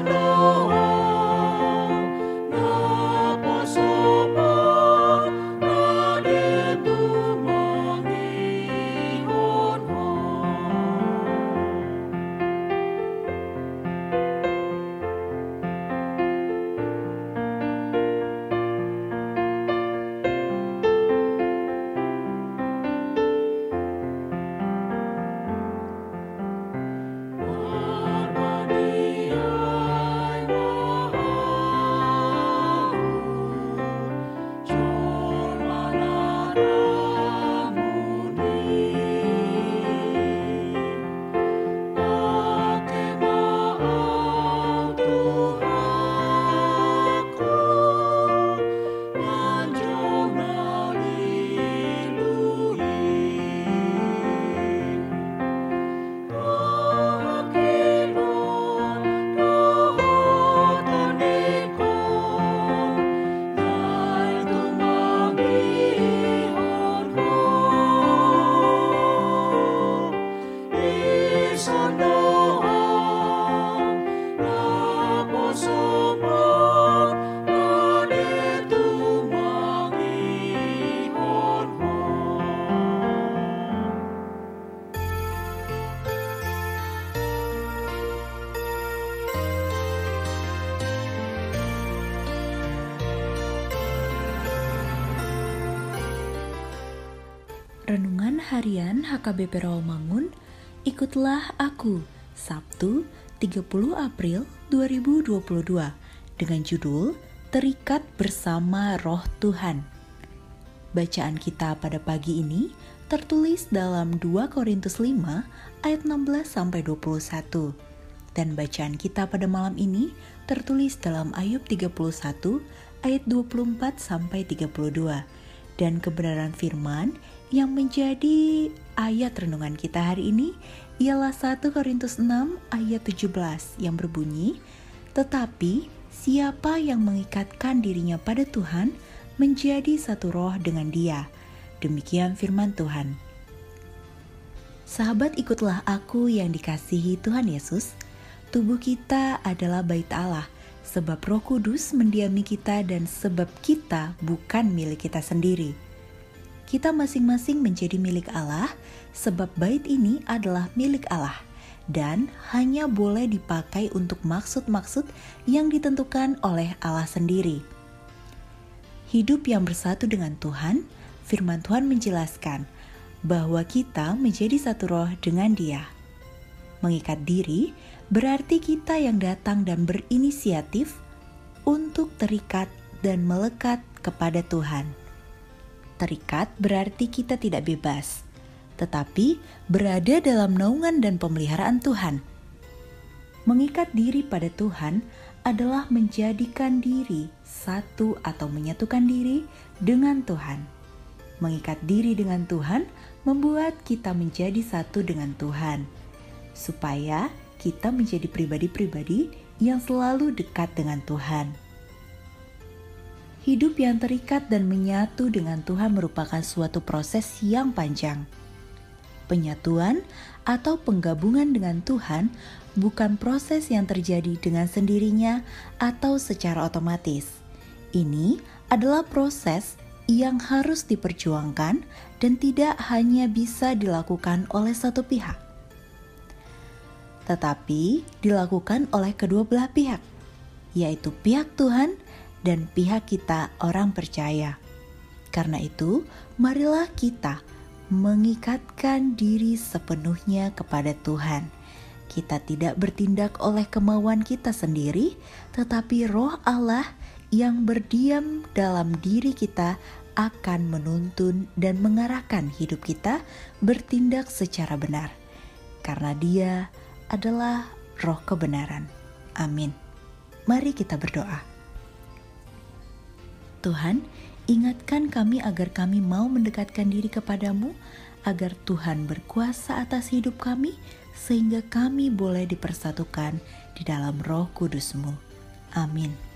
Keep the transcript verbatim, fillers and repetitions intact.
Renungan Harian H K B P Rawamangun, Ikutlah Aku, Sabtu tiga puluh April dua ribu dua puluh dua, dengan judul Terikat Bersama Roh Tuhan. Bacaan kita pada pagi ini tertulis dalam dua Korintus lima ayat enam belas sampai dua puluh satu. Dan bacaan kita pada malam ini tertulis dalam Ayub tiga puluh satu ayat dua puluh empat sampai tiga puluh dua. Dan kebenaran firman yang menjadi ayat renungan kita hari ini ialah satu Korintus enam ayat tujuh belas yang berbunyi, "Tetapi siapa yang mengikatkan dirinya pada Tuhan menjadi satu roh dengan Dia." Demikian firman Tuhan. Sahabat, ikutlah aku yang dikasihi Tuhan Yesus. Tubuh kita adalah bait Allah, sebab Roh Kudus mendiami kita dan sebab kita bukan milik kita sendiri. Kita masing-masing menjadi milik Allah, sebab bait ini adalah milik Allah dan hanya boleh dipakai untuk maksud-maksud yang ditentukan oleh Allah sendiri. Hidup yang bersatu dengan Tuhan, firman Tuhan menjelaskan bahwa kita menjadi satu roh dengan Dia. Mengikat diri berarti kita yang datang dan berinisiatif untuk terikat dan melekat kepada Tuhan. Terikat berarti kita tidak bebas, tetapi berada dalam naungan dan pemeliharaan Tuhan. Mengikat diri pada Tuhan adalah menjadikan diri satu atau menyatukan diri dengan Tuhan. Mengikat diri dengan Tuhan membuat kita menjadi satu dengan Tuhan, supaya kita menjadi pribadi-pribadi yang selalu dekat dengan Tuhan. Hidup yang terikat dan menyatu dengan Tuhan merupakan suatu proses yang panjang. Penyatuan atau penggabungan dengan Tuhan bukan proses yang terjadi dengan sendirinya atau secara otomatis. Ini adalah proses yang harus diperjuangkan dan tidak hanya bisa dilakukan oleh satu pihak, tetapi dilakukan oleh kedua belah pihak, yaitu pihak Tuhan dan pihak kita orang percaya. Karena itu, marilah kita mengikatkan diri sepenuhnya kepada Tuhan. Kita tidak bertindak oleh kemauan kita sendiri, tetapi Roh Allah yang berdiam dalam diri kita akan menuntun dan mengarahkan hidup kita bertindak secara benar. Karena Dia adalah Roh kebenaran. Amin. Mari kita berdoa. Tuhan, ingatkan kami agar kami mau mendekatkan diri kepadamu, agar Tuhan berkuasa atas hidup kami, sehingga kami boleh dipersatukan di dalam Roh Kudus-Mu. Amin.